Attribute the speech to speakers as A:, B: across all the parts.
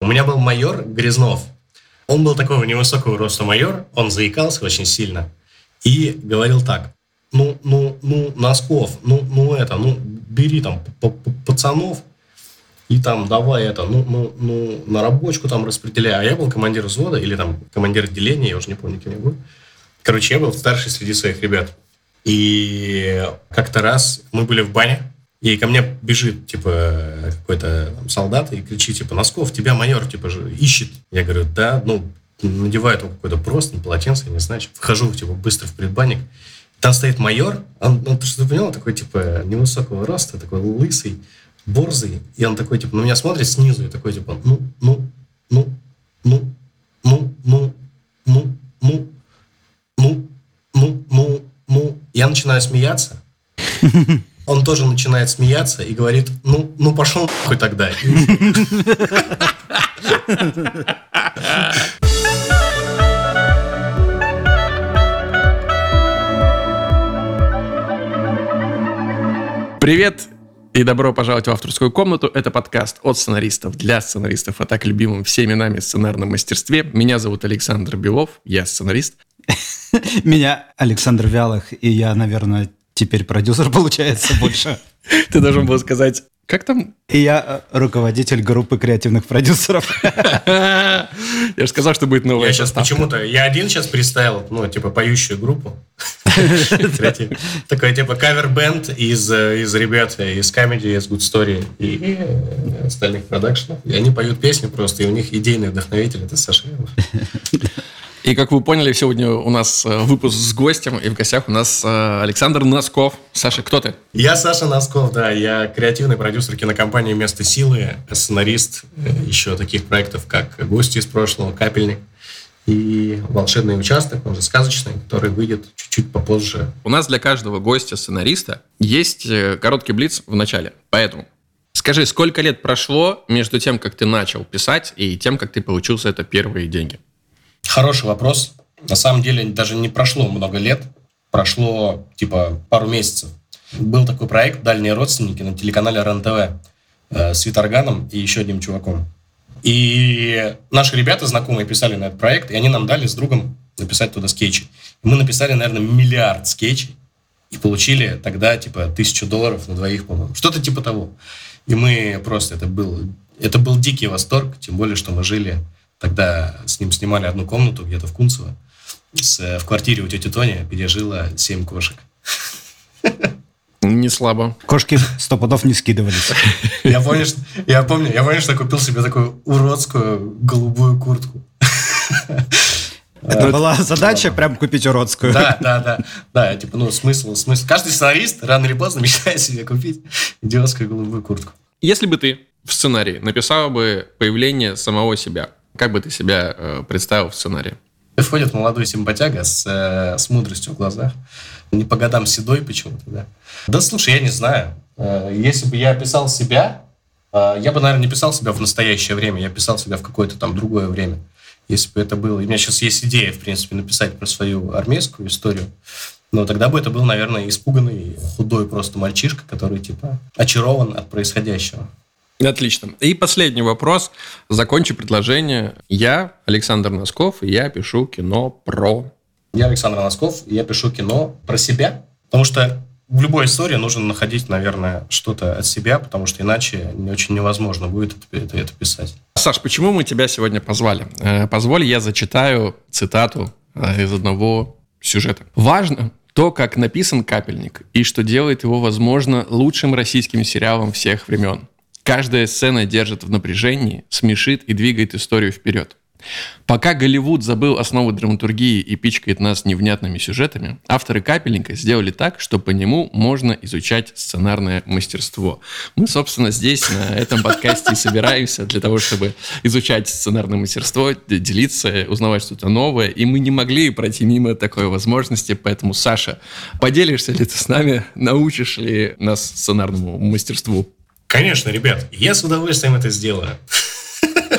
A: меня был майор Грязнов. Он был такого невысокого роста майор, он заикался очень сильно и говорил так: Носков, бери там пацанов и там давай на рабочку там распределяй. А я был командир взвода или там командир отделения, я уже не помню, кем я был. Короче, я был старший среди своих ребят. И как-то раз мы были в бане, и ко мне бежит, какой-то солдат и кричит, Носков, тебя майор, ищет. Я говорю, да, надеваю там какой-то простынь, полотенце, я не знаю, вхожу, быстро в предбанник. Там стоит майор, он что ты понял, такой, невысокого роста, такой лысый, борзый, и он такой, на меня смотрит снизу, и такой, Я начинаю смеяться. Он тоже начинает смеяться и говорит, пошел нахуй тогда.
B: Привет и добро пожаловать в авторскую комнату. Это подкаст от сценаристов для сценаристов, а так любимым всеми нами сценарном мастерстве. Меня зовут Александр Белов, я сценарист.
C: Меня Александр Вялых, и я, наверное, теперь продюсер, получается, больше.
B: Ты должен был сказать, как там?
C: И я руководитель группы креативных продюсеров.
B: Я же сказал, что будет новая
A: заставка. Я один сейчас представил, поющую группу. Такой, кавер-бэнд из ребят из Comedy, из Good Story и остальных продакшенов. И они поют песни просто, и у них идейный вдохновитель – это Саша Вялых.
B: И, как вы поняли, сегодня у нас выпуск с гостем, и в гостях у нас Александр Носков. Саша, кто ты?
A: Я Саша Носков, да. Я креативный продюсер кинокомпании «Место силы», сценарист еще таких проектов, как «Гости из прошлого», «Капельник» и «Волшебный участок», он же «Сказочный», который выйдет чуть-чуть попозже.
B: У нас для каждого гостя-сценариста есть короткий блиц в начале, поэтому... Скажи, сколько лет прошло между тем, как ты начал писать, и тем, как ты получил за это первые деньги?
A: Хороший вопрос. На самом деле даже не прошло много лет. Прошло пару месяцев. Был такой проект «Дальние родственники» на телеканале РЕН-ТВ с Виторганом и еще одним чуваком. И наши ребята, знакомые, писали на этот проект, и они нам дали с другом написать туда скетчи. И мы написали, наверное, 1 миллиард скетчей и получили тогда $1000 на двоих, по-моему. Что-то типа того. И мы просто... Это был дикий восторг, тем более, что мы жили... Тогда с ним снимали одну комнату где-то в Кунцево, в квартире у тети Тони, где жило 7 кошек.
B: Не слабо.
C: Кошки 100 пудов не скидывались.
A: Я помню, что купил себе такую уродскую голубую куртку.
C: Это была задача прям купить уродскую.
A: Да. Смысл. Каждый сценарист рано или поздно мечтает себе купить идиотскую голубую куртку.
B: Если бы ты в сценарии написал бы появление самого себя, как бы ты себя представил в сценарии?
A: Входит молодой симпатяга с мудростью в глазах. Не по годам седой почему-то, да. Да, слушай, я не знаю. Если бы я писал себя, я бы, наверное, не писал себя в настоящее время. Я писал себя в какое-то там другое время. Если бы это было... У меня сейчас есть идея, в принципе, написать про свою армейскую историю. Но тогда бы это был, наверное, испуганный, худой просто мальчишка, который, очарован от происходящего.
B: Отлично. И последний вопрос. Закончу предложение. Я Александр Носков, и я пишу кино про...
A: Я Александр Носков, и я пишу кино про себя. Потому что в любой истории нужно находить, наверное, что-то от себя, потому что иначе очень невозможно будет это писать.
B: Саш, почему мы тебя сегодня позвали? Позволь, я зачитаю цитату из одного сюжета. «Важно то, как написан «Капельник», и что делает его, возможно, лучшим российским сериалом всех времен. Каждая сцена держит в напряжении, смешит и двигает историю вперед. Пока Голливуд забыл основы драматургии и пичкает нас невнятными сюжетами, авторы «Капельника» сделали так, что по нему можно изучать сценарное мастерство. Мы, собственно, здесь, на этом подкасте, и собираемся для того, чтобы изучать сценарное мастерство, делиться, узнавать что-то новое. И мы не могли пройти мимо такой возможности. Поэтому, Саша, поделишься ли ты с нами, научишь ли нас сценарному мастерству?
A: Конечно, ребят, я с удовольствием это сделаю.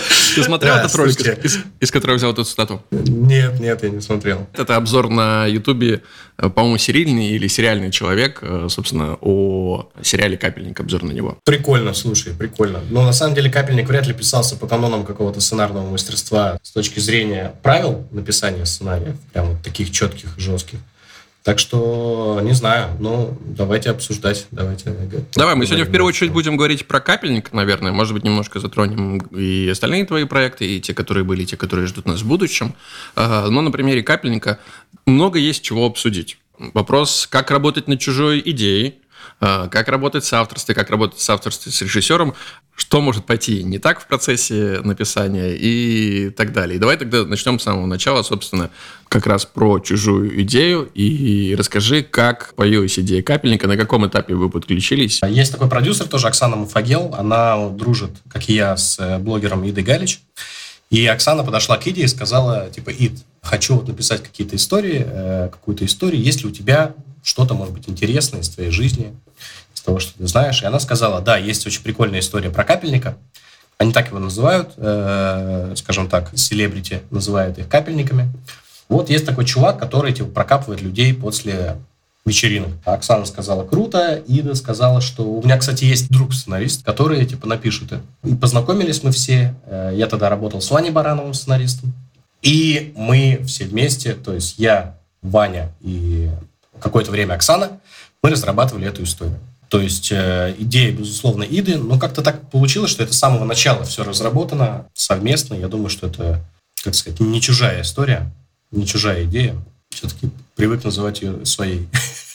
B: Ты смотрел
A: Да,
B: этот ролик,
A: слушайте.
B: из которого взял эту цитату?
A: Нет, я не смотрел.
B: Это обзор на Ютубе, по-моему, сериальный человек, собственно, о сериале «Капельник», обзор на него.
A: Прикольно, слушай, прикольно. Но на самом деле Капельник вряд ли писался по канонам какого-то сценарного мастерства с точки зрения правил написания сценариев, прям вот таких четких, жестких. Так что, не знаю, но давайте обсуждать.
B: Давай, мы сегодня в первую очередь будем говорить про «Капельник», наверное. Может быть, немножко затронем и остальные твои проекты, и те, которые были, и те, которые ждут нас в будущем. Но на примере «Капельника» много есть чего обсудить. Вопрос, как работать над чужой идеей, как работать с авторством, как работать с авторством с режиссером, что может пойти не так в процессе написания и так далее. И давай тогда начнем с самого начала, собственно, как раз про чужую идею. И расскажи, как появилась идея «Капельника», на каком этапе вы подключились?
A: Есть такой продюсер тоже, Оксана Муфагел. Она дружит, как и я, с блогером Идой Галич. И Оксана подошла к Иде и сказала, типа, Ид, хочу вот написать какие-то истории, какую-то историю. Есть ли у тебя что-то, может быть, интересное из твоей жизни, из того, что ты знаешь? И она сказала, да, есть очень прикольная история про Капельника. Они так его называют, скажем так, селебрити называют их капельниками. Вот есть такой чувак, который типа прокапывает людей после вечеринок. А Оксана сказала, круто. Ида сказала, что у меня, кстати, есть друг-сценарист, который типа напишет это. И познакомились мы все. Я тогда работал с Ваней Барановым, сценаристом. И мы все вместе, то есть я, Ваня и какое-то время Оксана, мы разрабатывали эту историю. То есть идея, безусловно, Иды, но как-то так получилось, что это с самого начала все разработано совместно. Я думаю, что это, как сказать, не чужая история, не чужая идея. Все-таки привык называть ее своей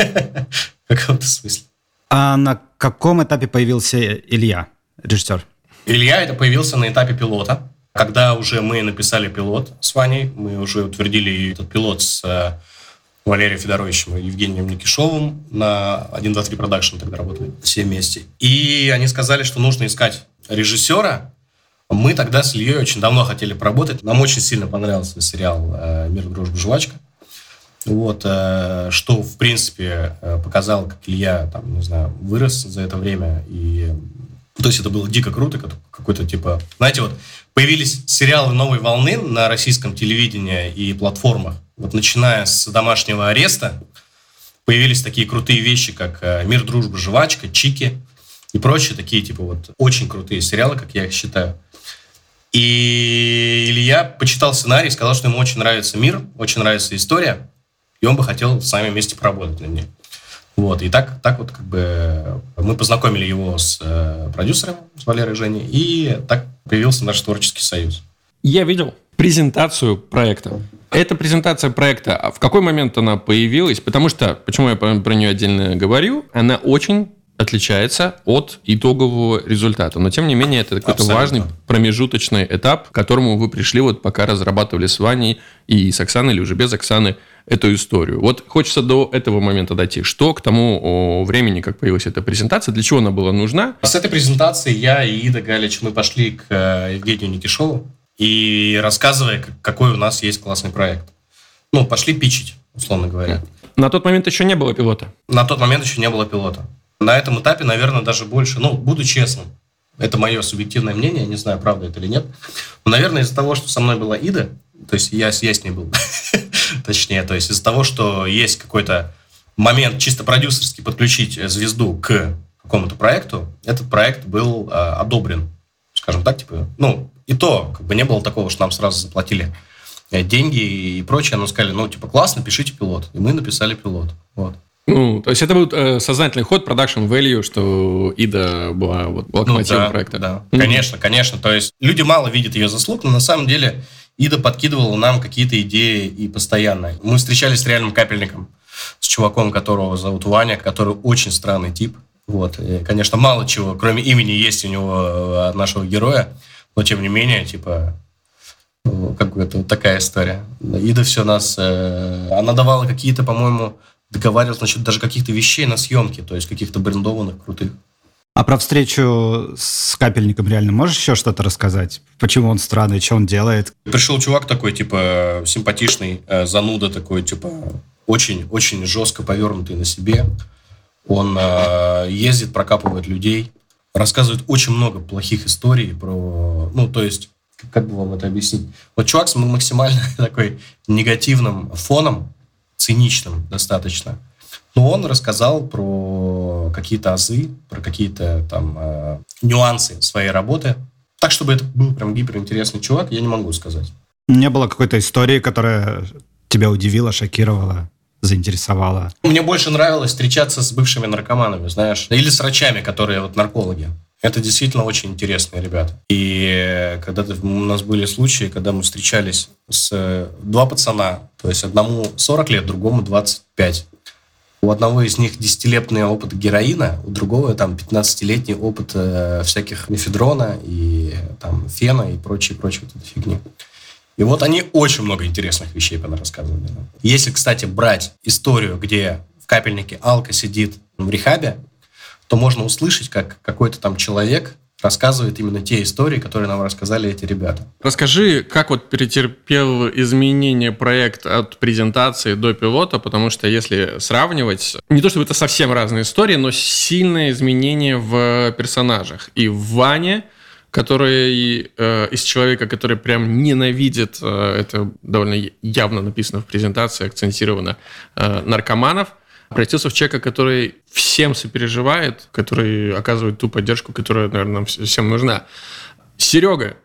A: в каком-то смысле.
C: А на каком этапе появился Илья, режиссер?
A: Илья это появился на этапе пилота. Когда уже мы написали пилот с Ваней, мы уже утвердили этот пилот с Валерием Федоровичем и Евгением Никишовым на 1-2-3 продакшн тогда работали все вместе. И они сказали, что нужно искать режиссера. Мы тогда с Ильей очень давно хотели поработать. Нам очень сильно понравился сериал «Мир, дружба, жвачка». Вот, что, в принципе, показал, как Илья, там, не знаю, вырос за это время. И, то есть это было дико круто, какой-то типа... Знаете, вот появились сериалы новой волны на российском телевидении и платформах. Вот начиная с «Домашнего ареста» появились такие крутые вещи, как «Мир, дружба, жвачка», «Чики» и прочие такие, типа, вот очень крутые сериалы, как я их считаю. И Илья почитал сценарий, сказал, что ему очень нравится мир, очень нравится история, и он бы хотел с нами вместе поработать над ней. Вот, и так вот как бы мы познакомили его с продюсером, с Валерой и Женей, и так появился наш творческий союз.
B: Я видел презентацию проекта. Эта презентация проекта, а в какой момент она появилась? Потому что, почему я про нее отдельно говорю, она очень отличается от итогового результата. Но, тем не менее, это какой-то важный промежуточный этап, к которому вы пришли, вот пока разрабатывали с Ваней и с Оксаной, или уже без Оксаны, эту историю. Вот хочется до этого момента дойти. Что к тому времени, как появилась эта презентация, для чего она была нужна?
A: С этой презентацией я и Ида Галич, мы пошли к Евгению Никишову и рассказывая, какой у нас есть классный проект. Ну, пошли питчить, условно говоря.
B: На тот момент еще не было пилота?
A: На тот момент еще не было пилота. На этом этапе, наверное, даже больше, буду честным, это мое субъективное мнение, не знаю, правда это или нет, но, наверное, из-за того, что со мной была Ида, то есть я с ней был, точнее, то есть из-за того, что есть какой-то момент чисто продюсерский подключить звезду к какому-то проекту, этот проект был одобрен, скажем так, типа, и то, как бы не было такого, что нам сразу заплатили деньги и прочее, но сказали, классно, пишите пилот, и мы написали пилот, вот.
B: То есть это был сознательный ход, production value, что Ида была локомотивом проекта.
A: Да, конечно. То есть люди мало видят ее заслуг, но на самом деле Ида подкидывала нам какие-то идеи и постоянно. Мы встречались с реальным капельником, с чуваком, которого зовут Ваня, который очень странный тип. Вот. И, конечно, мало чего, кроме имени, есть у него от нашего героя, но тем не менее, как бы это вот такая история. Ида все нас... Она давала какие-то, по-моему... договаривался насчет даже каких-то вещей на съемке, то есть каких-то брендованных, крутых.
C: А про встречу с Капельником реально можешь еще что-то рассказать? Почему он странный, что он делает?
A: Пришел чувак такой, симпатичный, зануда такой, очень жестко повернутый на себе. Он ездит, прокапывает людей, рассказывает очень много плохих историй про... то есть как бы вам это объяснить? Вот чувак с максимально такой негативным фоном, циничным достаточно. Но он рассказал про какие-то азы, про какие-то там нюансы своей работы. Так, чтобы это был прям гиперинтересный чувак, я не могу сказать.
C: Не было какой-то истории, которая тебя удивила, шокировала, заинтересовала?
A: Мне больше нравилось встречаться с бывшими наркоманами, знаешь, или с врачами, которые вот наркологи. Это действительно очень интересные ребята. И когда-то у нас были случаи, когда мы встречались с два пацана, то есть одному 40 лет, другому 25. У одного из них 10-летний опыт героина, у другого там 15-летний опыт всяких мефедрона и там фена и прочей вот этой фигни. И вот они очень много интересных вещей рассказывали. Если, кстати, брать историю, где в капельнике Алка сидит в рехабе, то можно услышать, как какой-то там человек рассказывает именно те истории, которые нам рассказали эти ребята.
B: Расскажи, как вот перетерпел изменение проект от презентации до пилота, потому что если сравнивать, не то чтобы это совсем разные истории, но сильное изменение в персонажах. И в Ване, который из человека, который прям ненавидит, это довольно явно написано в презентации, акцентировано, наркоманов, превратился в человека, который всем сопереживает, который оказывает ту поддержку, которая, наверное, нам всем нужна. Серега,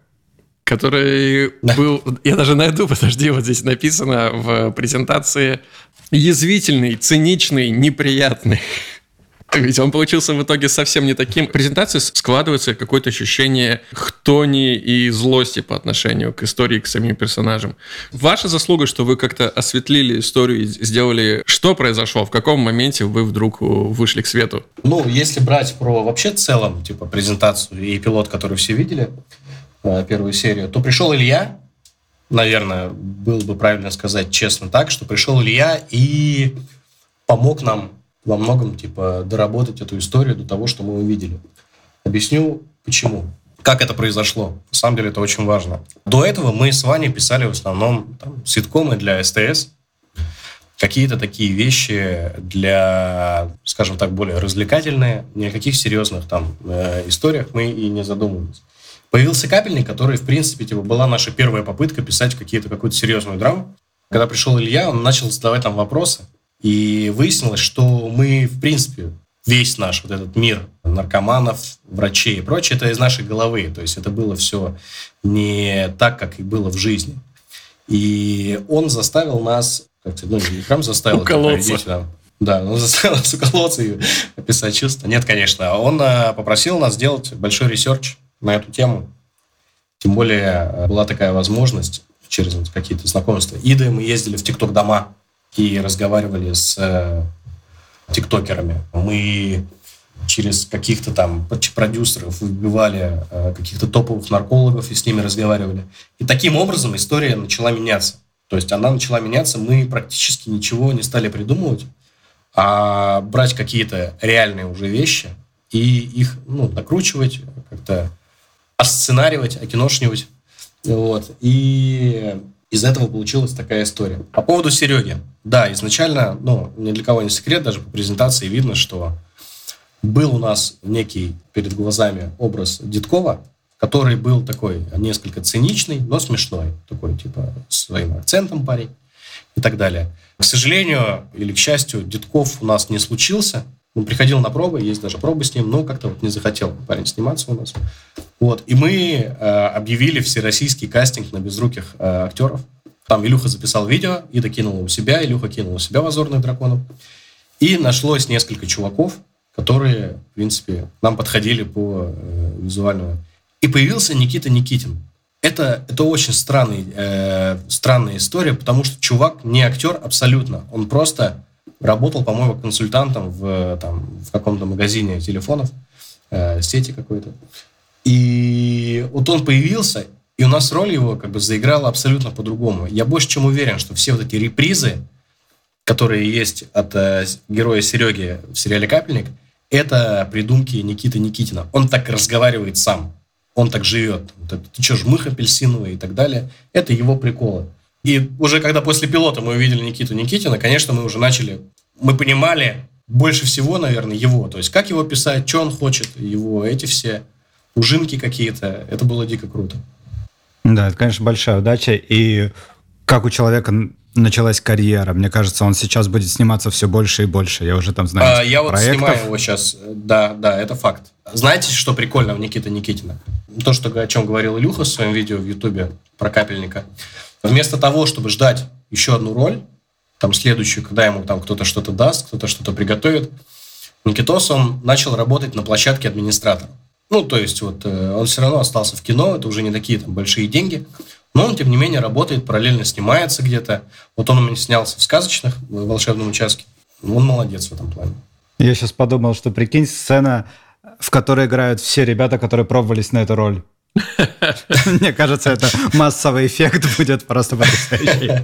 B: который был... Я даже найду, подожди, вот здесь написано в презентации: язвительный, циничный, неприятный. Ведь он получился в итоге совсем не таким. В презентации складывается какое-то ощущение хтони и злости по отношению к истории, к самим персонажам. Ваша заслуга, что вы как-то осветлили историю и сделали, что произошло, в каком моменте вы вдруг вышли к свету?
A: Ну, если брать про вообще в целом, типа, презентацию и пилот, который все видели, первую серию, то пришел Илья, наверное, было бы правильно сказать честно так, что пришел Илья и помог нам во многом, типа, доработать эту историю до того, что мы увидели. Объясню, почему. Как это произошло. На самом деле, это очень важно. До этого мы с Ваней писали в основном там ситкомы для СТС. Какие-то такие вещи для, скажем так, более развлекательные. Ни о каких серьезных там историях мы и не задумывались. Появился «Капельник», который, в принципе, типа, была наша первая попытка писать какую-то серьезную драму. Когда пришел Илья, он начал задавать нам вопросы. И выяснилось, что мы, в принципе, весь наш вот этот мир наркоманов, врачей и прочее, это из нашей головы. То есть это было все не так, как и было в жизни. И он заставил нас, как-то, ну, не прям заставил...
B: Уколоться.
A: Да, он заставил нас уколоться и описать чувства. Нет, конечно. Он попросил нас сделать большой ресерч на эту тему. Тем более была такая возможность через какие-то знакомства. Иды мы ездили в ТикТок-дома и разговаривали с тиктокерами. Мы через каких-то там продюсеров выбивали каких-то топовых наркологов и с ними разговаривали. И таким образом история начала меняться. То есть она начала меняться, мы практически ничего не стали придумывать, а брать какие-то реальные уже вещи и их, ну, накручивать, как-то осценаривать, окиношнивать. Вот. И из этого получилась такая история. По поводу Сереги. Да, изначально, ну, ни для кого не секрет, даже по презентации видно, что был у нас некий перед глазами образ Дедкова, который был такой несколько циничный, но смешной. Такой, типа, с своим акцентом парень и так далее. К сожалению или к счастью, Дедков у нас не случился. Он приходил на пробы, есть даже пробы с ним, но как-то вот не захотел парень сниматься у нас. Вот. И мы объявили всероссийский кастинг на безруких актеров. Там Илюха записал видео, Ида кинула у себя, Илюха кинул у себя в «Озорных драконов». И нашлось несколько чуваков, которые, в принципе, нам подходили по визуальному. И появился Никита Никитин. Это очень странная история, потому что чувак не актер абсолютно. Он просто работал, по-моему, консультантом в каком-то магазине телефонов, сети какой-то. И вот он появился, и у нас роль его как бы заиграла абсолютно по-другому. Я больше чем уверен, что все вот эти репризы, которые есть от героя Сереги в сериале «Капельник», это придумки Никиты Никитина. Он так разговаривает сам, он так живет. Ты что, жмых апельсиновый и так далее. Это его приколы. И уже когда после пилота мы увидели Никиту Никитина, конечно, мы понимали больше всего, наверное, его. То есть, как его писать, что он хочет, его эти все ужимки какие-то. Это было дико круто.
C: Да, это, конечно, большая удача. И как у человека началась карьера. Мне кажется, он сейчас будет сниматься все больше и больше. Я уже там знаю
A: Я вот
C: проектов.
A: снимаю его сейчас. Да, это факт. Знаете, что прикольно в Никиты Никитина? То, о чем говорил Илюха в своем видео в Ютубе про Капельника. Вместо того, чтобы ждать еще одну роль, там следующую, когда ему там кто-то что-то даст, кто-то что-то приготовит, Никитос, он начал работать на площадке администратора. Ну, то есть, вот он все равно остался в кино, это уже не такие там большие деньги, но он, тем не менее, работает, параллельно снимается где-то. Вот он у меня снялся в «Сказочных», в «Волшебном участке». Он молодец в этом плане.
C: Я сейчас подумал, что, прикинь, сцена, в которой играют все ребята, которые пробовались на эту роль. Мне кажется, это массовый эффект будет просто потрясающий.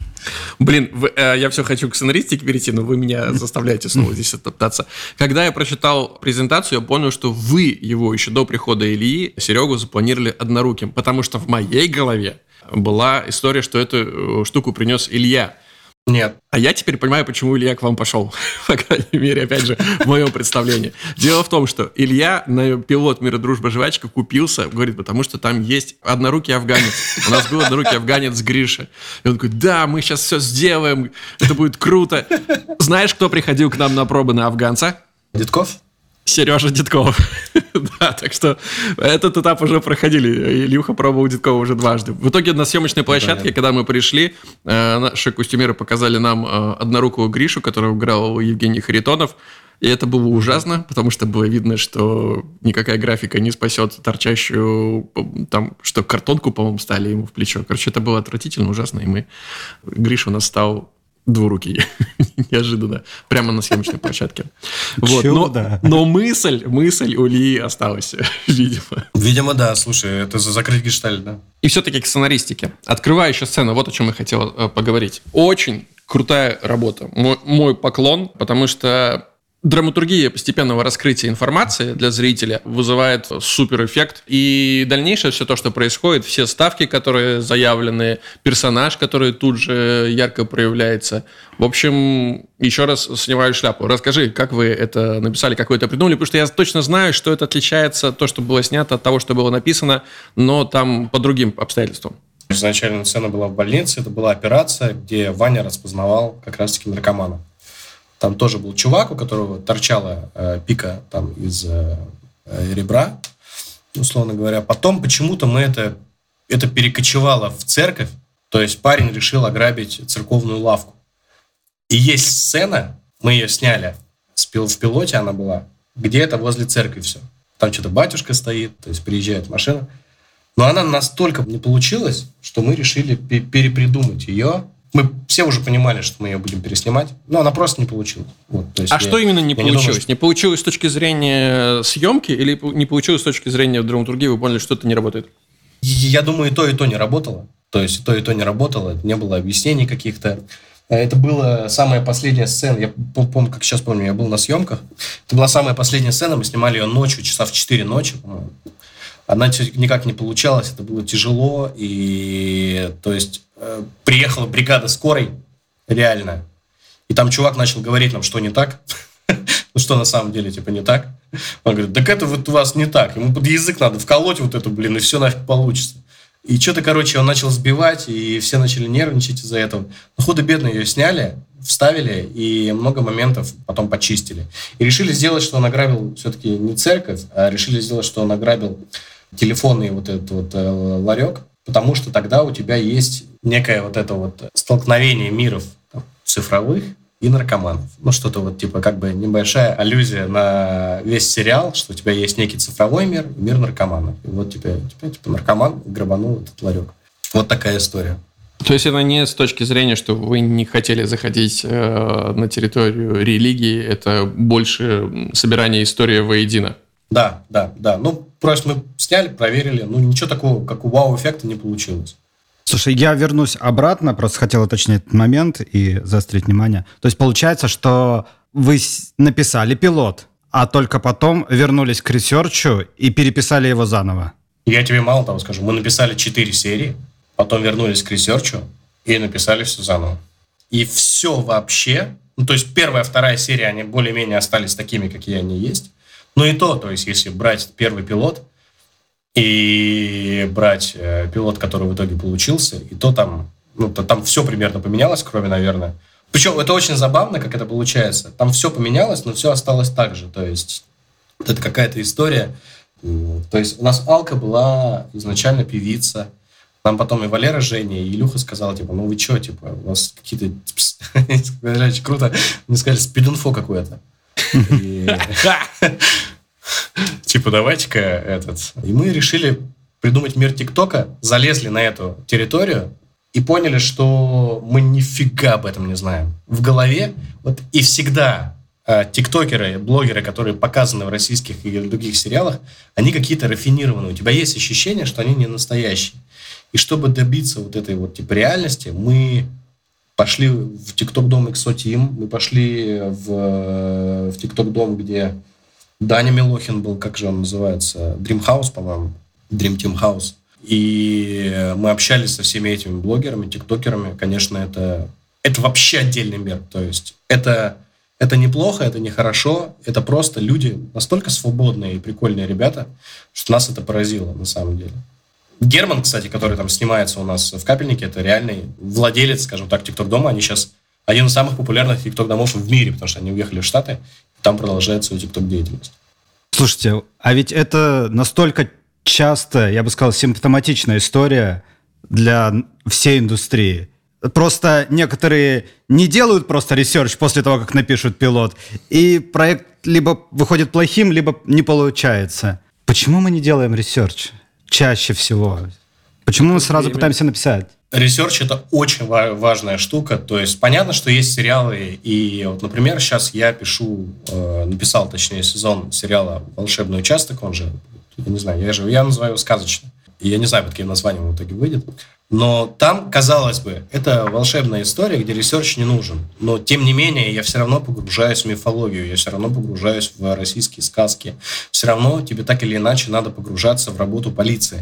B: Блин, я все хочу к сценаристике перейти, но вы меня заставляете снова здесь оттоптаться. Когда я прочитал презентацию, я понял, что вы его еще до прихода Ильи, Серегу, запланировали одноруким, потому что в моей голове была история, что эту штуку принес Илья.
A: Нет.
B: А я теперь понимаю, почему Илья к вам пошел. По крайней мере, опять же, в моем представлении. Дело в том, что Илья на пилот «Мира, дружба, жвачка» купился, говорит, потому что там есть однорукий афганец. У нас был однорукий афганец Гриша. И он говорит, да, мы сейчас все сделаем, это будет круто. Знаешь, кто приходил к нам на пробы на афганца?
A: Дедков?
B: Сережа Дедков. Да, так что этот этап уже проходили. Илюха пробовал Дедкова уже дважды. В итоге на съемочной площадке, когда мы пришли, наши костюмеры показали нам однорукого Гришу, которого играл Евгений Харитонов. И это было ужасно, потому что было видно, что никакая графика не спасет торчащую, там, что картонку, по-моему, стали ему в плечо. Короче, это было отвратительно, ужасно. И Гриша у нас стал двурукий. Неожиданно. Прямо на съемочной площадке. Вот. Но мысль у Ильи осталась, видимо.
A: Видимо, да. Слушай, это закрыть гештальт, да.
B: И все-таки к сценаристике. Открывающая сцена, вот о чем я хотел поговорить. Очень крутая работа. Мой поклон, потому что драматургия постепенного раскрытия информации для зрителя вызывает суперэффект. И дальнейшее все то, что происходит, все ставки, которые заявлены, персонаж, который тут же ярко проявляется. В общем, еще раз снимаю шляпу. Расскажи, как вы это написали, как вы это придумали, потому что я точно знаю, что это отличается, то, что было снято, от того, что было написано, но там по другим обстоятельствам.
A: Изначально сцена была в больнице, это была операция, где Ваня распознавал как раз-таки наркомана. Там тоже был чувак, у которого торчала пика там из ребра, условно говоря. Потом почему-то мы это перекочевало в церковь, то есть парень решил ограбить церковную лавку. И есть сцена, мы ее сняли, в пилоте она была, где-то возле церкви все. Там что-то батюшка стоит, то есть приезжает машина. Но она настолько не получилась, что мы решили перепридумать ее. Мы все уже понимали, что мы ее будем переснимать, но она просто не получилась. Вот, то есть
B: что именно не получилось? Не получилось с точки зрения съемки или не получилось с точки зрения драматургии? Вы поняли, что это не работает?
A: Я думаю, и то не работало. То есть и то не работало, не было объяснений каких-то. Это была самая последняя сцена. Я помню, как сейчас помню, я был на съемках. Это была самая последняя сцена, мы снимали ее ночью, часа в 4 ночи, по-моему. Она никак не получалась, это было тяжело. И, то есть, приехала бригада скорой, реально. И там чувак начал говорить нам, что не так. Ну, что на самом деле, типа, не так. Он говорит, так это вот у вас не так. Ему под язык надо вколоть вот эту, и все нафиг получится. И что-то, короче, он начал сбивать, и все начали нервничать из-за этого. Но худо-бедно ее сняли, вставили, и много моментов потом почистили. И решили сделать, что он ограбил все-таки не церковь, а решили сделать, что он ограбил телефонный вот этот вот ларек, потому что тогда у тебя есть некое вот это вот столкновение миров там, цифровых и наркоманов. Ну, что-то вот типа как бы небольшая аллюзия на весь сериал, что у тебя есть некий цифровой мир и мир наркоманов. И вот тебя типа наркоман грабанул этот ларек. Вот такая история.
B: То есть это не с точки зрения, что вы не хотели заходить на территорию религии, это больше собирание истории воедино?
A: Да. Ну, просто мы сняли, проверили. Ну, ничего такого, как у вау-эффекта не получилось.
C: Слушай, я вернусь обратно, просто хотел уточнить этот момент и заострить внимание. То есть получается, что вы написали пилот, а только потом вернулись к ресерчу и переписали его заново.
A: Я тебе мало того скажу. Мы написали 4 серии, потом вернулись к ресерчу и написали все заново. И все вообще... Ну, то есть 1-я, 2-я серия, они более-менее остались такими, какие они есть. Но и то есть если брать первый пилот, и брать пилот, который в итоге получился, и то там, там все примерно поменялось, кроме, наверное... Причем это очень забавно, как это получается. Там все поменялось, но все осталось так же. То есть вот это какая-то история. То есть у нас Алка была изначально певица. Нам потом и Валера, Женя, и Илюха сказал, типа, ну вы что, типа, у вас какие-то... Очень круто. Мне сказали, спид-инфо какое-то. Типа, давайте-ка этот... И мы решили придумать мир ТикТока, залезли на эту территорию и поняли, что мы нифига об этом не знаем. В голове вот и всегда тиктокеры, блогеры, которые показаны в российских и других сериалах, они какие-то рафинированные. У тебя есть ощущение, что они не настоящие. И чтобы добиться вот этой вот типа реальности, мы пошли в ТикТок-дом XO Team, мы пошли в ТикТок-дом, где Даня Милохин был, как же он называется, Dream House, по-моему, Dream Team House. И мы общались со всеми этими блогерами, тиктокерами. Конечно, это вообще отдельный мир. То есть это неплохо, это нехорошо. Это просто люди настолько свободные и прикольные ребята, что нас это поразило на самом деле. Герман, кстати, который там снимается у нас в Капельнике, это реальный владелец, скажем так, тикток-дома. Они сейчас один из самых популярных тикток-домов в мире, потому что они уехали в Штаты, и там продолжает свою тикток-деятельность.
C: Слушайте, а ведь это настолько часто, я бы сказал, симптоматичная история для всей индустрии. Просто некоторые не делают просто ресерч после того, как напишут пилот, и проект либо выходит плохим, либо не получается. Почему мы не делаем ресерч чаще всего? Почему мы сразу пытаемся написать?
A: Ресерч – это очень важная штука. То есть понятно, что есть сериалы. И вот, например, сейчас я написал, точнее, сезон сериала «Волшебный участок». Он же, я не знаю, я называю его «Сказочный». И я не знаю, под каким названием в итоге выйдет. Но там, казалось бы, это волшебная история, где ресерч не нужен. Но, тем не менее, я все равно погружаюсь в мифологию, я все равно погружаюсь в российские сказки. Все равно тебе так или иначе надо погружаться в работу полиции.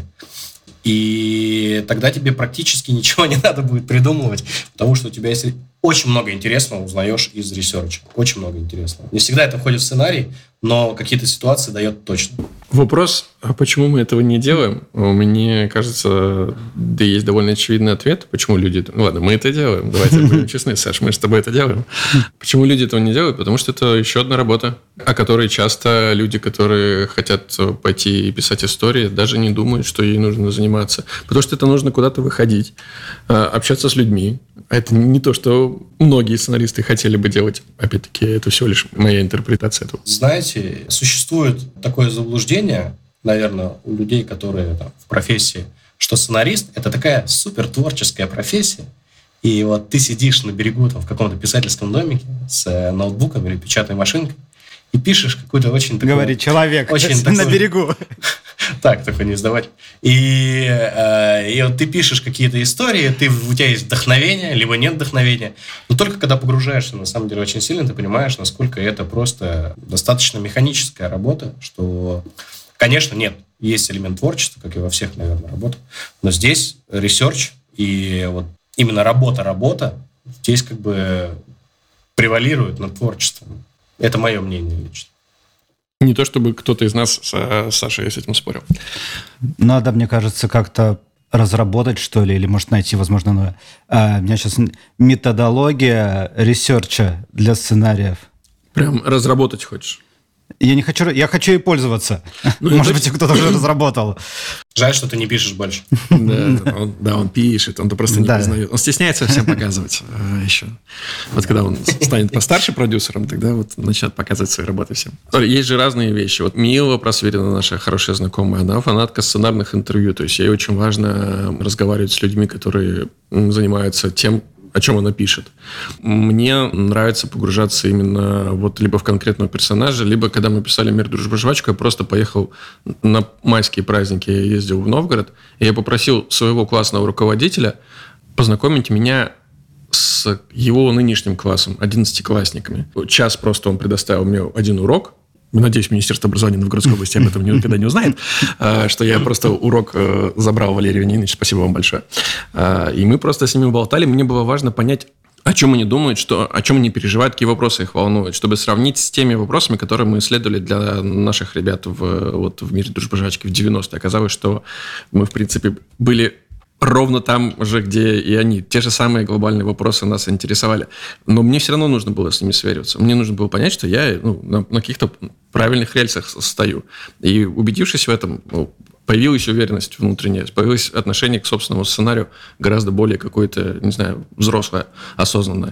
A: И тогда тебе практически ничего не надо будет придумывать, потому что у тебя есть очень много интересного, узнаешь из ресерча. Очень много интересного. Не всегда это входит в сценарий, но какие-то ситуации дает точно.
B: Вопрос, а почему мы этого не делаем? Мне кажется, да есть довольно очевидный ответ, почему люди... Ну ладно, мы это делаем, давайте будем честны, Саш, мы с тобой это делаем. Почему люди этого не делают? Потому что это еще одна работа, о которой часто люди, которые хотят пойти и писать истории, даже не думают, что ей нужно заниматься. Потому что это нужно куда-то выходить, общаться с людьми. Это не то, что многие сценаристы хотели бы делать. Опять-таки, это всего лишь моя интерпретация этого.
A: Знаете, существует такое заблуждение, наверное, у людей, которые там, в профессии, что сценарист – это такая супертворческая профессия, и вот ты сидишь на берегу там, в каком-то писательском домике с ноутбуком или печатной машинкой и пишешь какую-то очень...
C: Говорит человек очень на берегу.
A: Так, только не сдавать. И вот ты пишешь какие-то истории, у тебя есть вдохновение, либо нет вдохновения. Но только когда погружаешься, на самом деле, очень сильно, ты понимаешь, насколько это просто достаточно механическая работа, что, конечно, нет, есть элемент творчества, как и во всех, наверное, работах, но здесь ресерч и вот именно работа здесь как бы превалирует над творчеством. Это мое мнение лично.
B: Не то, чтобы кто-то из нас с Сашей с этим спорил.
C: Надо, мне кажется, как-то разработать, что ли, или, может, найти, возможно, новое. У меня сейчас методология ресерча для сценариев.
B: Прям разработать хочешь?
C: Я не хочу, я хочу ей пользоваться. Может быть, кто-то уже разработал.
A: Жаль, что ты не пишешь больше.
B: Да, он пишет, он-то просто не признает. Он стесняется всем показывать еще. Вот когда он станет постарше продюсером, тогда вот начнет показывать свои работы всем. Есть же разные вещи. Вот Мила Просветина, наша хорошая знакомая, она фанатка сценарных интервью. То есть ей очень важно разговаривать с людьми, которые занимаются тем, о чем она пишет. Мне нравится погружаться именно вот либо в конкретного персонажа, либо когда мы писали «Мир, дружба, жвачка», я просто поехал на майские праздники, я ездил в Новгород, и я попросил своего классного руководителя познакомить меня с его нынешним классом, 11-классниками. Час просто он предоставил мне один урок. Надеюсь, Министерство образования Новгородской области об этом никогда не узнает, что я просто урок забрал Валерий Вениаминович, спасибо вам большое. И мы просто с ними болтали. Мне было важно понять, О чем они думают, о чем они переживают, какие вопросы их волнуют, чтобы сравнить с теми вопросами, которые мы исследовали для наших ребят в мире дружбы-жвачки в 90-е. Оказалось, что мы, в принципе, были ровно там же, где и они. Те же самые глобальные вопросы нас интересовали. Но мне все равно нужно было с ними свериться. Мне нужно было понять, что я на каких-то правильных рельсах стою. И убедившись в этом, появилась уверенность внутренняя, появилось отношение к собственному сценарию гораздо более какое-то, не знаю, взрослое, осознанное.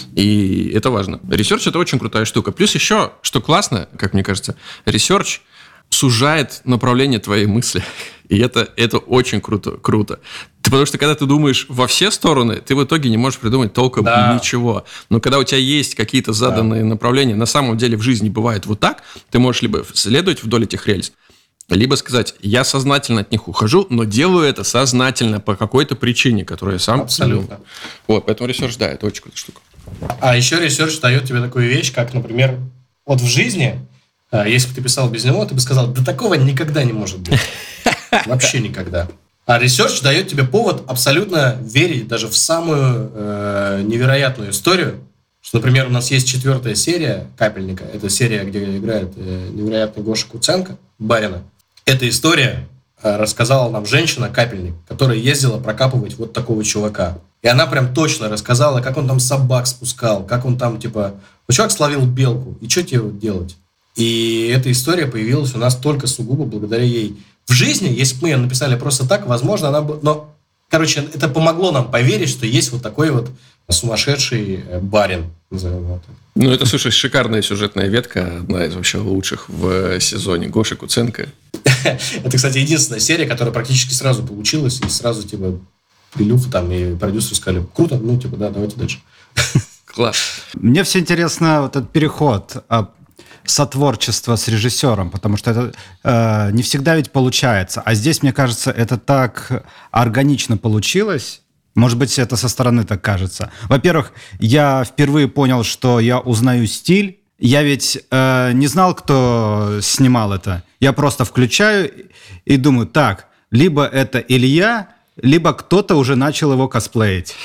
B: И это важно. Ресерч – это очень крутая штука. Плюс еще, что классно, как мне кажется, ресерч сужает направление твоей мысли. И это очень круто. Потому что когда ты думаешь во все стороны, ты в итоге не можешь придумать толком ничего. Но когда у тебя есть какие-то заданные направления, на самом деле в жизни бывает вот так, ты можешь либо следовать вдоль этих рельс, либо сказать, я сознательно от них ухожу, но делаю это сознательно по какой-то причине, которую я сам...
A: Абсолютно.
B: Вот, поэтому ресерч, да, это очень крутая штука.
A: А еще ресерч дает тебе такую вещь, как, например, вот в жизни, если бы ты писал без него, ты бы сказал, да такого никогда не может быть. Вообще никогда. А ресерч дает тебе повод абсолютно верить даже в самую невероятную историю. Что, например, у нас есть 4-я серия «Капельника». Это серия, где играет невероятный Гоша Куценко, барина. Эта история рассказала нам женщина-капельник, которая ездила прокапывать вот такого чувака. И она прям точно рассказала, как он там собак спускал, как он там, чувак словил белку, и что тебе делать? И эта история появилась у нас только сугубо благодаря ей. В жизни, если бы мы ее написали просто так, возможно, она бы... Но, это помогло нам поверить, что есть вот такой вот сумасшедший барин, назовем его так.
B: Это, слушай, шикарная сюжетная ветка, одна из вообще лучших в сезоне. Гоша Куценко.
A: Это, кстати, единственная серия, которая практически сразу получилась, и сразу, Илюха там и продюсеры сказали, круто, да, давайте дальше.
B: Класс.
C: Мне все интересно вот этот переход сотворчество с режиссером, потому что это не всегда ведь получается. А здесь, мне кажется, это так органично получилось. Может быть, это со стороны так кажется. Во-первых, я впервые понял, что я узнаю стиль. Я ведь не знал, кто снимал это. Я просто включаю и думаю, так, либо это Илья, либо кто-то уже начал его косплеить.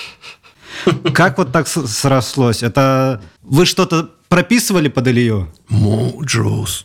C: Как вот так срослось? Это вы что-то прописывали под Илью?
B: Муджус,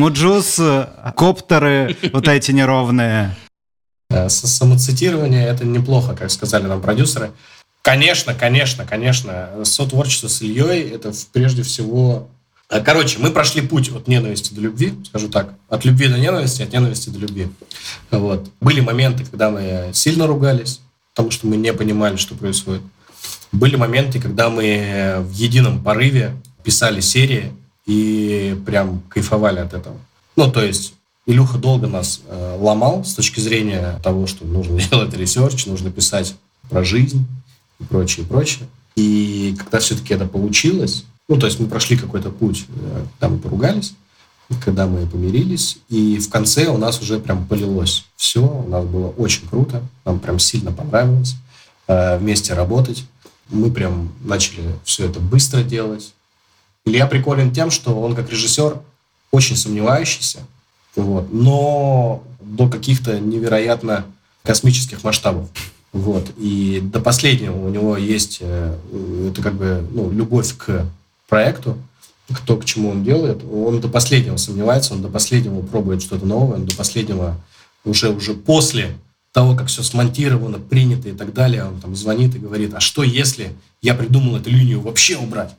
C: коптеры вот эти неровные.
A: Самоцитирование – это неплохо, как сказали нам продюсеры. Конечно, сотворчество с Ильей – это прежде всего... мы прошли путь от ненависти до любви, скажу так. От любви до ненависти, от ненависти до любви. Вот. Были моменты, когда мы сильно ругались, потому что мы не понимали, что происходит. Были моменты, когда мы в едином порыве писали серии и прям кайфовали от этого. То есть Илюха долго нас ломал с точки зрения того, что нужно делать ресерч, нужно писать про жизнь и прочее. И когда все-таки это получилось, то есть мы прошли какой-то путь, когда мы поругались, когда мы помирились, и в конце у нас уже прям полилось все, у нас было очень круто, нам прям сильно понравилось вместе работать. Мы прям начали все это быстро делать. Илья приколен тем, что он как режиссер очень сомневающийся, но до каких-то невероятно космических масштабов. И до последнего у него есть любовь к проекту, кто к чему он делает. Он до последнего сомневается, он до последнего пробует что-то новое, он до последнего уже после того, как все смонтировано, принято и так далее, он там звонит и говорит, а что если я придумал эту линию вообще убрать?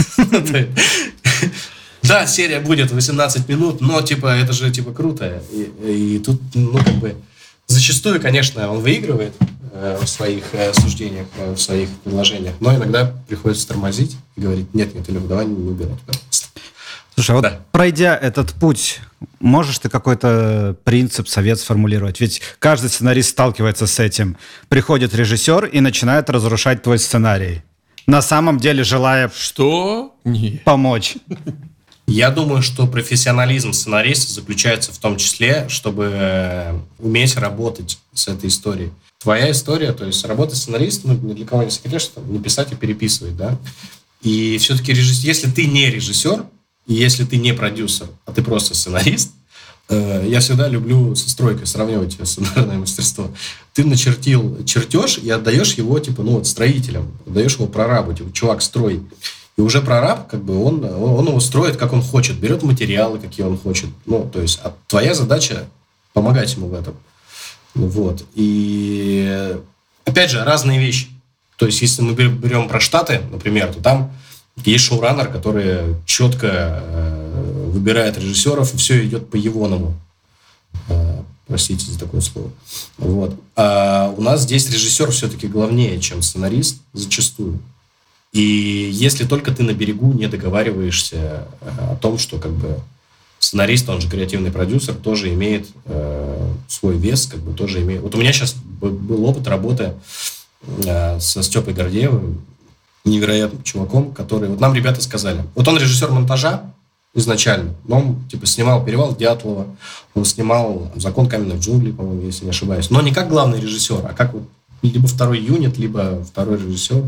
A: Да, серия будет 18 минут, но это же круто. И тут, зачастую, конечно, он выигрывает в своих суждениях, в своих предложениях, но иногда приходится тормозить и говорить, нет, Илюх, давай не убирать, пожалуйста.
C: Слушай, пройдя этот путь, можешь ты какой-то принцип, совет сформулировать? Ведь каждый сценарист сталкивается с этим. Приходит режиссер и начинает разрушать твой сценарий. На самом деле, желая помочь.
A: Я думаю, что профессионализм сценариста заключается в том числе, чтобы уметь работать с этой историей. Твоя история, то есть работа сценаристом, ни для кого не секрет, что не писать и переписывать, да? И все-таки если ты не режиссер, и если ты не продюсер, а ты просто сценарист, Я всегда люблю со стройкой сравнивать сценарное мастерство. Ты начертил чертеж и отдаешь его, строителям. Отдаешь его прорабу, чувак, строй. И уже прораб, он его строит, как он хочет. Берет материалы, какие он хочет. Твоя задача помогать ему в этом. Вот. И, опять же, разные вещи. То есть, если мы берем про Штаты, например, то там есть шоураннер, который четко выбирает режиссеров, и все идет по-егоному. Простите за такое слово. Вот. А у нас здесь режиссер все-таки главнее, чем сценарист, зачастую. И если только ты на берегу не договариваешься о том, что сценарист, он же креативный продюсер, тоже имеет свой вес, тоже имеет... Вот у меня сейчас был опыт работы со Степой Гордеевым, невероятным чуваком, который... Вот нам ребята сказали, вот он режиссер монтажа изначально, но он снимал «Перевал Дятлова», он снимал «Закон каменных джунглей», по-моему, если не ошибаюсь, но не как главный режиссер, а как либо второй юнит, либо второй режиссер.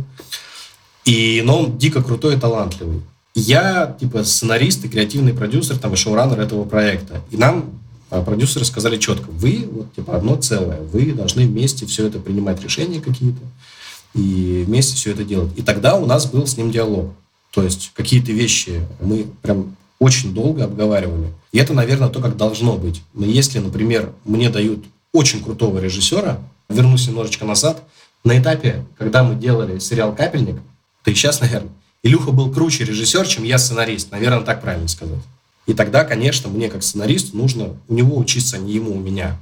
A: Но он дико крутой и талантливый. Я, сценарист и креативный продюсер, и шоураннер этого проекта. И нам продюсеры сказали четко, вы, одно целое, вы должны вместе все это принимать решения какие-то и вместе все это делать. И тогда у нас был с ним диалог. То есть какие-то вещи мы прям очень долго обговаривали. И это, наверное, то, как должно быть. Но если, например, мне дают очень крутого режиссера, вернусь немножечко назад, на этапе, когда мы делали сериал «Капельник», да и сейчас, наверное, Илюха был круче режиссер, чем я сценарист. Наверное, так правильно сказать. И тогда, конечно, мне как сценаристу нужно у него учиться, а не ему у меня.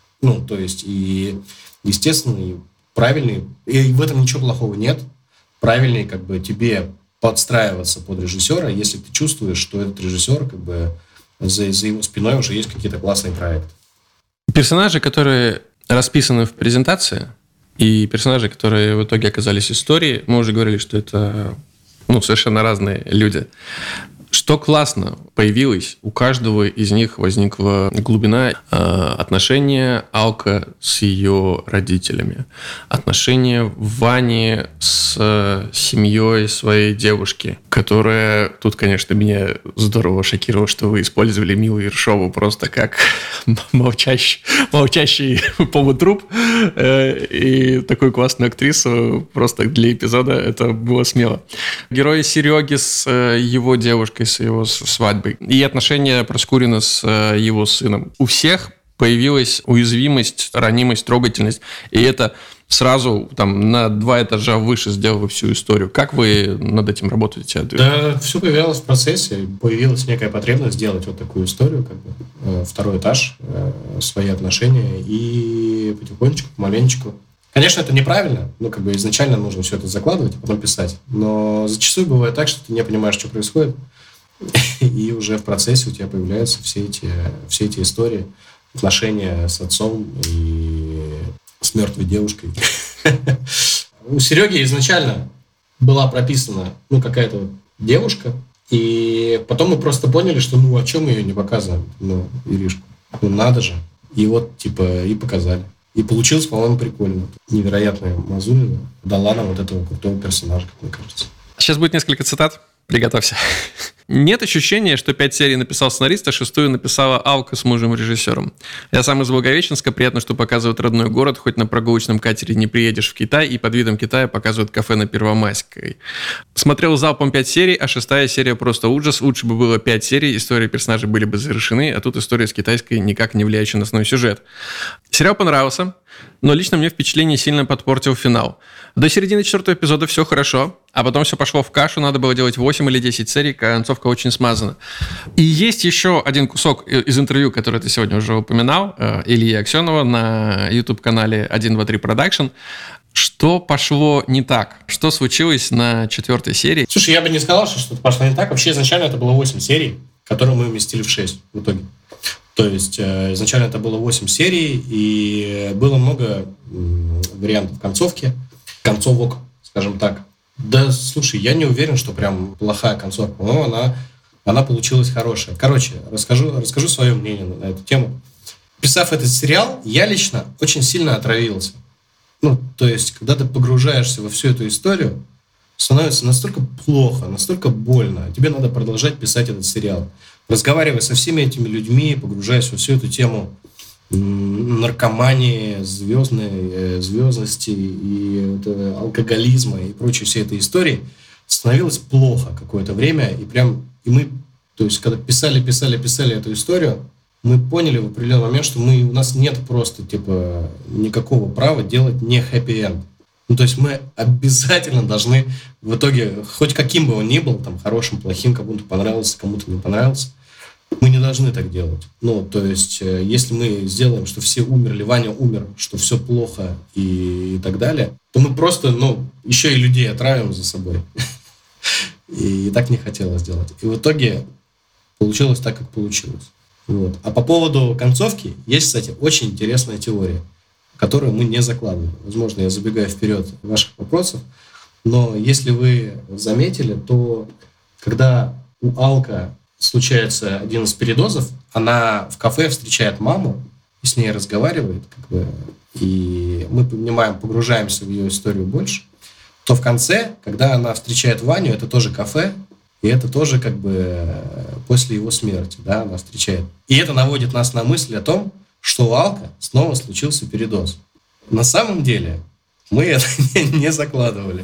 A: И естественный, правильный, и в этом ничего плохого нет. Правильный, тебе подстраиваться под режиссера, если ты чувствуешь, что этот режиссер, за его спиной уже есть какие-то классные проекты.
B: Персонажи, которые расписаны в презентации, и персонажи, которые в итоге оказались в истории, мы уже говорили, что это совершенно разные люди. Что классно появилось, у каждого из них возникла глубина отношения Алка с ее родителями, отношения Вани с семьей своей девушки, которая, тут, конечно, меня здорово шокировало, что вы использовали Милу Ершову просто как молчащий полутруп, и такую классную актрису просто для эпизода это было смело. Герой Сереги с его девушкой, с его свадьбой. И отношения Проскурина с его сыном. У всех появилась уязвимость, ранимость, трогательность. И это сразу на 2 этажа выше сделало всю историю. Как вы над этим работаете?
A: Да, все появилось в процессе. Появилась некая потребность сделать вот такую историю, 2 этаж, свои отношения. И потихонечку, помаленечку. Конечно, это неправильно. Изначально нужно все это закладывать, а потом писать. Но зачастую бывает так, что ты не понимаешь, что происходит. И уже в процессе у тебя появляются все эти истории, отношения с отцом и с мертвой девушкой. У Сереги изначально была прописана какая-то девушка, и потом мы просто поняли, что о чем мы ее не показываем, Иришку. Надо же. И и показали. И получилось, по-моему, прикольно. Невероятная Мазурина дала нам этого крутого персонажа, как мне кажется.
B: Сейчас будет несколько цитат. Приготовься. Нет ощущения, что 5 серий написал сценарист, а 6-ю написала Алка с мужем-режиссером. Я сам из Благовещенска. Приятно, что показывают родной город. Хоть на прогулочном катере не приедешь в Китай, и под видом Китая показывают кафе на Первомайской. Смотрел залпом 5 серий, а 6-я серия просто ужас. Лучше бы было 5 серий, истории персонажей были бы завершены, а тут история с китайской, никак не влияющая на основной сюжет. Сериал понравился, но лично мне впечатление сильно подпортил финал. До середины 4-го эпизода все хорошо, а потом все пошло в кашу, надо было делать 8 или 10 серий, концовка очень смазана. И есть еще один кусок из интервью, который ты сегодня уже упоминал, Ильи Аксенова на YouTube-канале 123 Production. Что пошло не так? Что случилось на 4-й серии?
A: Слушай, я бы не сказал, что что-то пошло не так. Вообще изначально это было 8 серий, которые мы уместили в 6 в итоге. То есть изначально это было 8 серий, и было много вариантов концовок, скажем так. Да, слушай, я не уверен, что прям плохая концовка, но она получилась хорошая. Короче, расскажу свое мнение на эту тему. Писав этот сериал, я лично очень сильно отравился. То есть, когда ты погружаешься во всю эту историю, становится настолько плохо, настолько больно. Тебе надо продолжать писать этот сериал. Разговаривая со всеми этими людьми, погружаясь во всю эту тему наркомании, звездности и алкоголизма и прочей всей этой истории, становилось плохо какое-то время. И мы, то есть, когда писали эту историю, мы поняли в определенный момент, что у нас нет просто никакого права делать не хэппи-энд. То есть мы обязательно должны в итоге, хоть каким бы он ни был, там, хорошим, плохим, кому-то понравился, кому-то не понравился, мы не должны так делать. То есть, если мы сделаем, что все умерли, Ваня умер, что все плохо и так далее, то мы просто, еще и людей отравим за собой. И так не хотелось делать. И в итоге получилось так, как получилось. Вот. А по поводу концовки, есть, кстати, очень интересная теория, которую мы не закладываем. Возможно, я забегаю вперед ваших вопросов, но если вы заметили, то когда у Алка случается один из передозов, она в кафе встречает маму и с ней разговаривает, и мы погружаемся в ее историю больше, то в конце, когда она встречает Ваню, это тоже кафе, и это тоже после его смерти, да, она встречает. И это наводит нас на мысль о том, что у Алка снова случился передоз. На самом деле мы это не закладывали.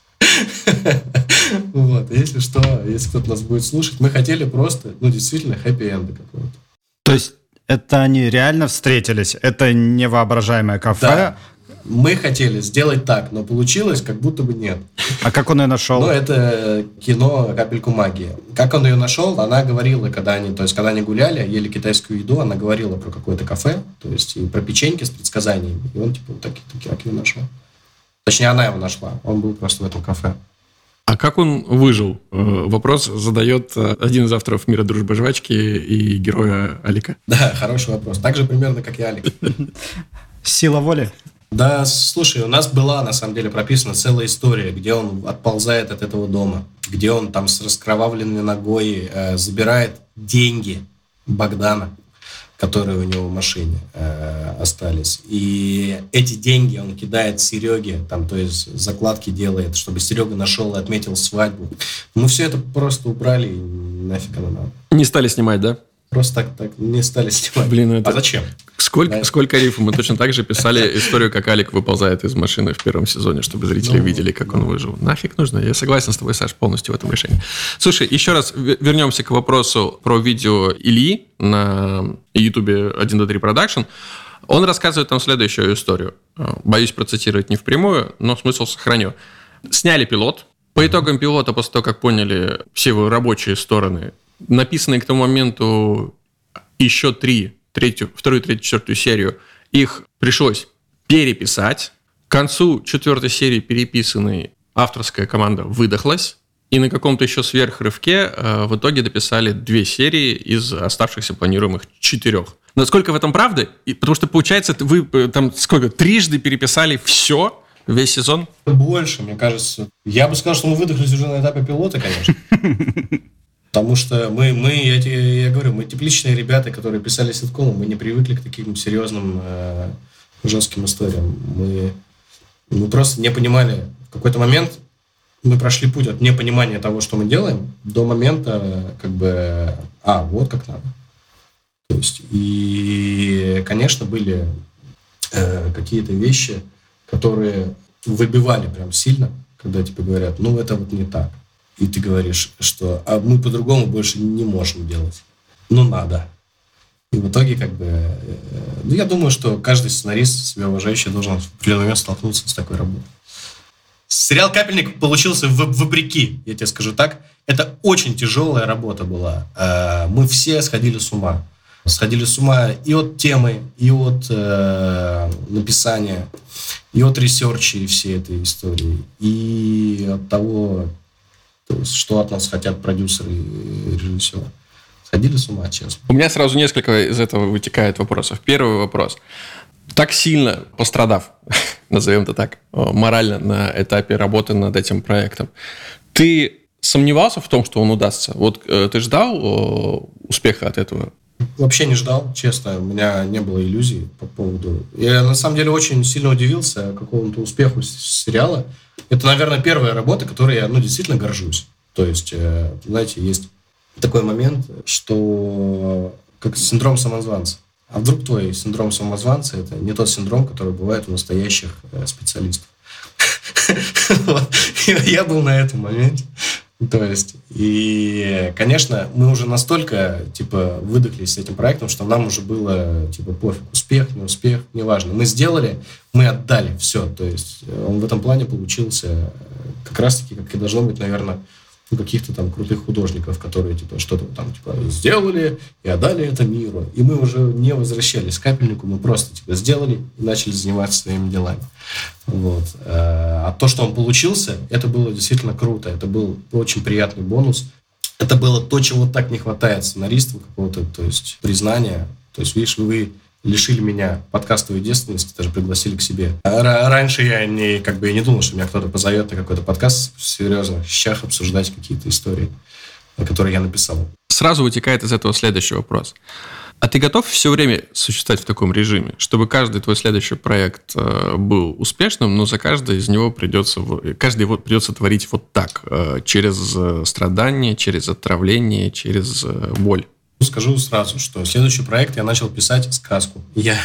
A: Вот, если что, если кто-то нас будет слушать, мы хотели просто, действительно, хэппи-энда какого-то.
C: То есть это они реально встретились? Это невоображаемое кафе?
A: Да. Мы хотели сделать так, но получилось, как будто бы нет.
C: А как он ее нашел?
A: Это кино «Капельку магии». Как он ее нашел, она говорила, когда они гуляли, ели китайскую еду, она говорила про какое-то кафе, то есть и про печеньки с предсказаниями. И он так ее нашел. Точнее, она его нашла. Он был просто в этом кафе.
B: А как он выжил? Вопрос задает один из авторов «Мира, дружбы, жвачки» и героя Алика.
A: Да, хороший вопрос. Так же примерно, как и Алик.
C: Сила воли?
A: Да, слушай, у нас была, на самом деле, прописана целая история, где он отползает от этого дома, где он там с раскровавленной ногой забирает деньги Богдана, которые у него в машине остались. И эти деньги он кидает Сереге, то есть закладки делает, чтобы Серега нашел и отметил свадьбу. Мы все это просто убрали, и нафиг оно надо.
B: Не стали снимать, да?
A: Просто так не стали снимать.
B: Блин,
A: А зачем?
B: Сколько рифов? Мы точно так же писали историю, как Алик выползает из машины в первом сезоне, чтобы зрители видели, как он выжил. Нафиг нужно? Я согласен с тобой, Саш, полностью в этом решении. Слушай, еще раз вернемся к вопросу про видео Ильи на Ютубе 1-2-3 Production. Он рассказывает там следующую историю. Боюсь процитировать не впрямую, но смысл сохраню. Сняли пилот. По итогам пилота, после того, как поняли все его рабочие стороны, написанные к тому моменту еще вторую, третью, четвертую серию, их пришлось переписать. К концу 4-й серии переписанной авторская команда выдохлась, и на каком-то еще сверхрывке в итоге дописали 2 серии из оставшихся планируемых 4. Насколько в этом правда? Потому что, получается, вы там трижды переписали все, весь сезон?
A: Больше, мне кажется. Я бы сказал, что мы выдохлись уже на этапе пилота, конечно. Потому что я говорю, мы тепличные ребята, которые писали ситкомы, мы не привыкли к таким серьезным, жестким историям. Мы просто не понимали. В какой-то момент мы прошли путь от непонимания того, что мы делаем, до момента, вот как надо. То есть, и, конечно, были какие-то вещи, которые выбивали прям сильно, когда тебе говорят, это не так. И ты говоришь, что мы по-другому больше не можем делать. Надо. И в итоге, я думаю, что каждый сценарист, себя уважающий, должен в определенный момент столкнуться с такой работой. Сериал «Капельник» получился вопреки, я тебе скажу так. Это очень тяжелая работа была. Мы все сходили с ума. Сходили с ума и от темы, и от написания, и от ресерча и всей этой истории, и от того, что от нас хотят продюсеры и режиссеры. Сходили с ума, честно.
B: У меня сразу несколько из этого вытекает вопросов. Первый вопрос. Так сильно пострадав, назовем это так, морально на этапе работы над этим проектом, ты сомневался в том, что он удастся? Ты ждал успеха от этого?
A: Вообще не ждал, честно. У меня не было иллюзий по поводу... Я, на самом деле, очень сильно удивился какому-то успеху сериала. это, наверное, первая работа, которой я, действительно горжусь. То есть, знаете, есть такой момент, что как синдром самозванца. А вдруг твой синдром самозванца – это не тот синдром, который бывает у настоящих специалистов. Я был на этом моменте. То есть, и, конечно, мы уже настолько, выдохлись с этим проектом, что нам уже было, пофиг, успех, не успех, неважно. Мы сделали, мы отдали, все. То есть, он в этом плане получился как раз-таки, как и должно быть, наверное, у каких-то там крутых художников, которые, что-то там, сделали и отдали это миру. И мы уже не возвращались к капельнику, мы просто, сделали и начали заниматься своими делами. Вот. А то, что он получился, это было действительно круто. Это был очень приятный бонус. Это было то, чего так не хватает сценаристу какого-то, то есть признания. То есть, видишь, вы лишили меня подкастовой девственности, даже пригласили к себе. Раньше я не думал, что меня кто-то позовет на какой-то подкаст в серьезных вещах обсуждать какие-то истории, которые я написал.
B: Сразу вытекает из этого следующий вопрос. А ты готов все время существовать в таком режиме, чтобы каждый твой следующий проект был успешным, но за каждый его придется творить вот так, через страдания, через отравление, через боль?
A: Скажу сразу, что следующий проект я начал писать сказку. Я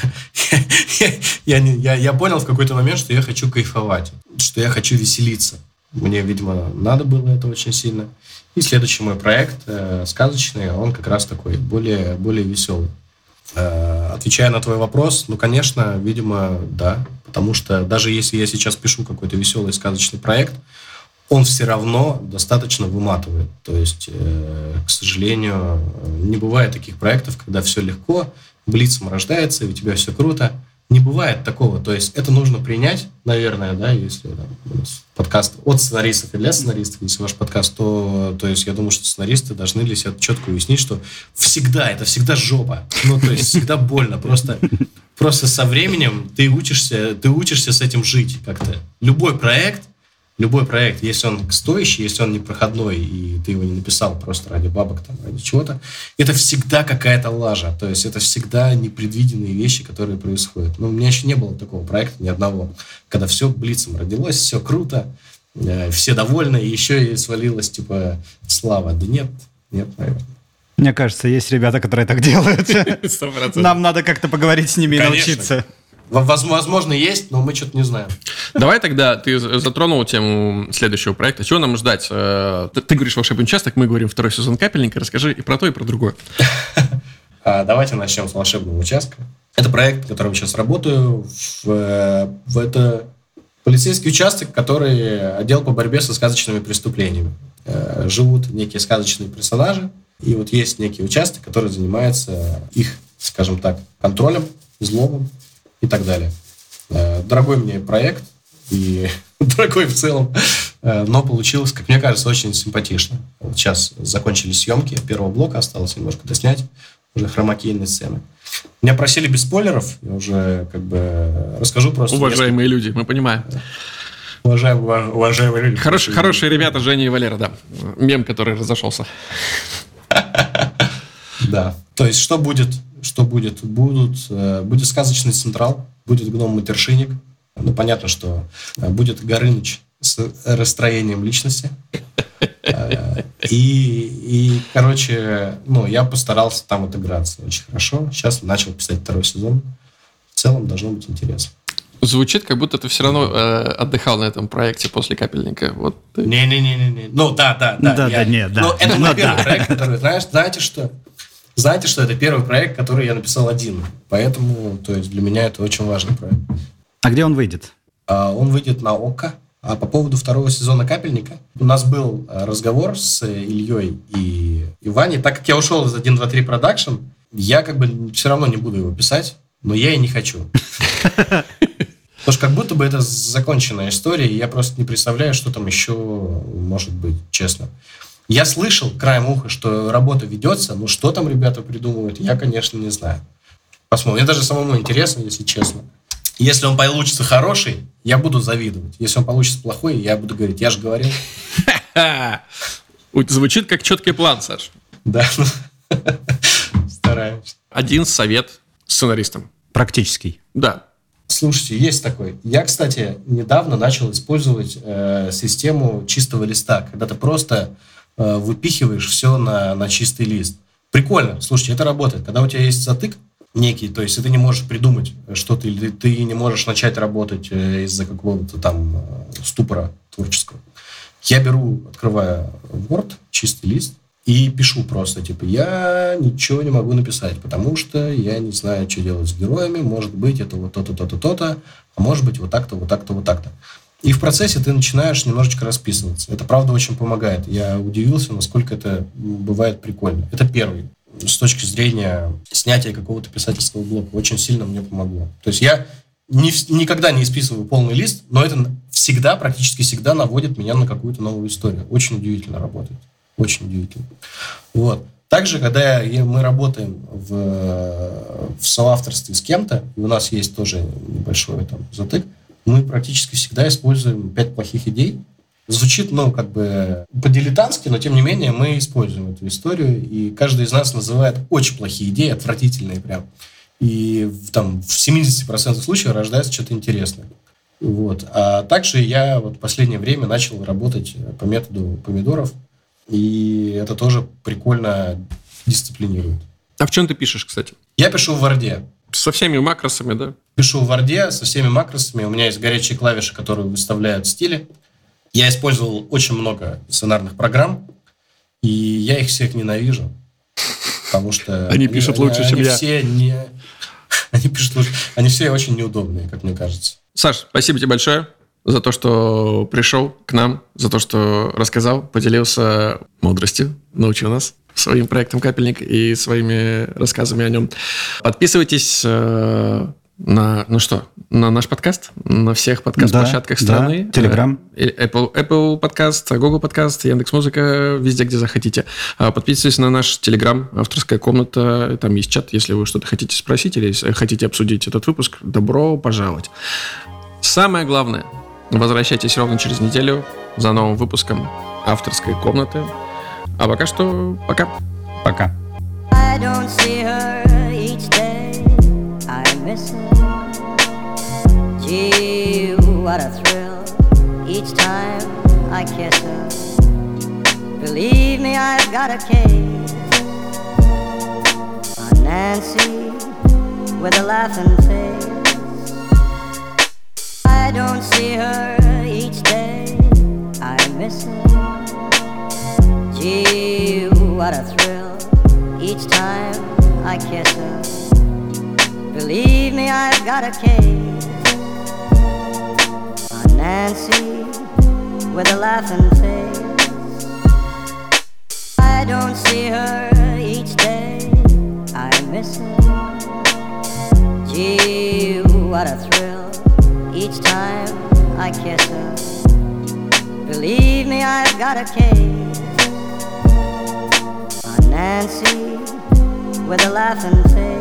A: понял в какой-то момент, что я хочу кайфовать, что я хочу веселиться. Мне, видимо, надо было это очень сильно. И следующий мой проект, сказочный, он как раз такой, более веселый. Отвечая на твой вопрос, конечно, видимо, да. Потому что даже если я сейчас пишу какой-то веселый сказочный проект, он все равно достаточно выматывает. То есть, к сожалению, не бывает таких проектов, когда все легко, блицом рождается, и у тебя все круто. Не бывает такого. То есть, это нужно принять, наверное, да, если подкаст от сценаристов и для сценаристов, если ваш подкаст, то есть, я думаю, что сценаристы должны для себя четко уяснить, что это всегда жопа. То есть, всегда больно. Просто со временем ты учишься с этим жить как-то. Любой проект, если он стоящий, если он не проходной, и ты его не написал просто ради бабок, ради чего-то, это всегда какая-то лажа. То есть это всегда непредвиденные вещи, которые происходят. У меня еще не было такого проекта, ни одного, когда все блицом родилось, все круто, все довольны, и еще и свалилась, слава. Да нет, наверное.
C: Мне кажется, есть ребята, которые так делают.
B: 100%.
C: Нам надо как-то поговорить с ними и научиться.
A: Возможно, есть, но мы что-то не знаем.
B: Давай тогда, ты затронул тему следующего проекта. Чего нам ждать? Ты говоришь «Волшебный участок», мы говорим «Второй сезон Капельника». Расскажи и про то, и про другое.
A: Давайте начнем с «Волшебного участка». Это проект, в котором сейчас работаю. Это полицейский участок, который отдел по борьбе со сказочными преступлениями. Живут некие сказочные персонажи, и вот есть некий участок, который занимается их, скажем так, контролем, взломом и так далее. Дорогой мне проект и дорогой в целом, но получилось, как мне кажется, очень симпатично. Вот сейчас закончились съемки первого блока, осталось немножко доснять уже хромакейные сцены. Меня просили без спойлеров, я уже расскажу просто.
B: Уважаемые люди, мы понимаем.
A: Уважаемые люди.
B: Хорошие ребята, Женя и Валера, да. Мем, который разошелся.
A: Да. То есть, что будет? Будет сказочный Централ, будет гном-матершинник. Понятно, что будет Горыныч с расстроением личности. И короче, я постарался там отыграться очень хорошо. Сейчас начал писать второй сезон. В целом должно быть интересно.
B: Звучит, как будто ты все равно отдыхал на этом проекте после Капельника. Вот ты...
A: Не-не-не. Да. Но это мой первый проект, который, знаете, что это первый проект, который я написал один. Поэтому, то есть, для меня это очень важный проект.
C: А где он выйдет?
A: Он выйдет на ОККО. А по поводу второго сезона Капельника, у нас был разговор с Ильей и Ваней. Так как я ушел из 1, 2, 3 продакшн, я все равно не буду его писать, но я и не хочу. Потому что как будто бы это законченная история, и я просто не представляю, что там еще может быть, честно. Я слышал краем уха, что работа ведется, но что там ребята придумывают, я, конечно, не знаю. Посмотрим. Мне даже самому интересно, если честно. Если он получится хороший, я буду завидовать. Если он получится плохой, я буду говорить, я же говорил.
B: Звучит как четкий план, Саш.
A: Да, стараемся.
B: Один совет сценаристам.
C: Практический.
B: Да.
A: Слушайте, есть такой. Я, кстати, недавно начал использовать систему чистого листа, когда ты просто выпихиваешь все на чистый лист. Прикольно. Слушайте, это работает. Когда у тебя есть затык некий, то есть ты не можешь придумать что-то, или ты не можешь начать работать из-за какого-то там ступора творческого. Я беру, открываю Word, чистый лист, и пишу просто, типа, я ничего не могу написать, потому что я не знаю, что делать с героями, может быть, это вот то-то, то-то, то-то, а может быть, вот так-то, вот так-то, вот так-то. И в процессе ты начинаешь немножечко расписываться. Это, правда, очень помогает. Я удивился, насколько это бывает прикольно. Это первый. С точки зрения снятия какого-то писательского блока очень сильно мне помогло. То есть я никогда не исписываю полный лист, но это всегда, практически всегда наводит меня на какую-то новую историю. Очень удивительно работает. Очень удивительно. Вот. Также, когда мы работаем в соавторстве с кем-то, и у нас есть тоже небольшой там затык, мы практически всегда используем 5 плохих идей. Звучит, как бы по-дилетантски, но тем не менее мы используем эту историю, и каждый из нас называет очень плохие идеи, отвратительные прям. И в 70% случаев рождается что-то интересное. Вот. А также я в последнее время начал работать по методу помидоров, и это тоже прикольно дисциплинирует.
B: А в чем ты пишешь, кстати?
A: Я пишу в Word.
B: Со всеми макросами, да?
A: Пишу в Word со всеми макросами. У меня есть горячие клавиши, которые выставляют стили. Я использовал очень много сценарных программ, и я их всех ненавижу, потому что...
B: Они пишут лучше, чем я.
A: Они пишут лучше. Они все очень неудобные, как мне кажется.
B: Саш, спасибо тебе большое за то, что пришел к нам, за то, что рассказал, поделился мудростью, научил нас своим проектом «Капельник» и своими рассказами о нем. Подписывайтесь на наш подкаст, на всех подкаст-площадках страны.
C: Да, Telegram.
B: Apple подкаст, Google подкаст, Яндекс.Музыка, везде, где захотите. Подписывайтесь на наш Telegram, авторская комната, там есть чат, если вы что-то хотите спросить или хотите обсудить этот выпуск, добро пожаловать. Самое главное, возвращайтесь ровно через неделю за новым выпуском авторской комнаты. А пока что, пока.
C: Пока.
D: I don't see her each day. I miss her. Gee, what a thrill each time I kiss her. Believe me, I've got a case on Nancy with a laughing face. I don't see her each day. I miss her. Gee, what a thrill each time I kiss her. Believe me, I've got a case on Nancy with a laughing face. I don't see her each day. I miss her. Gee, what a thrill each time I kiss her. Believe me, I've got a case on Nancy with a laughing face.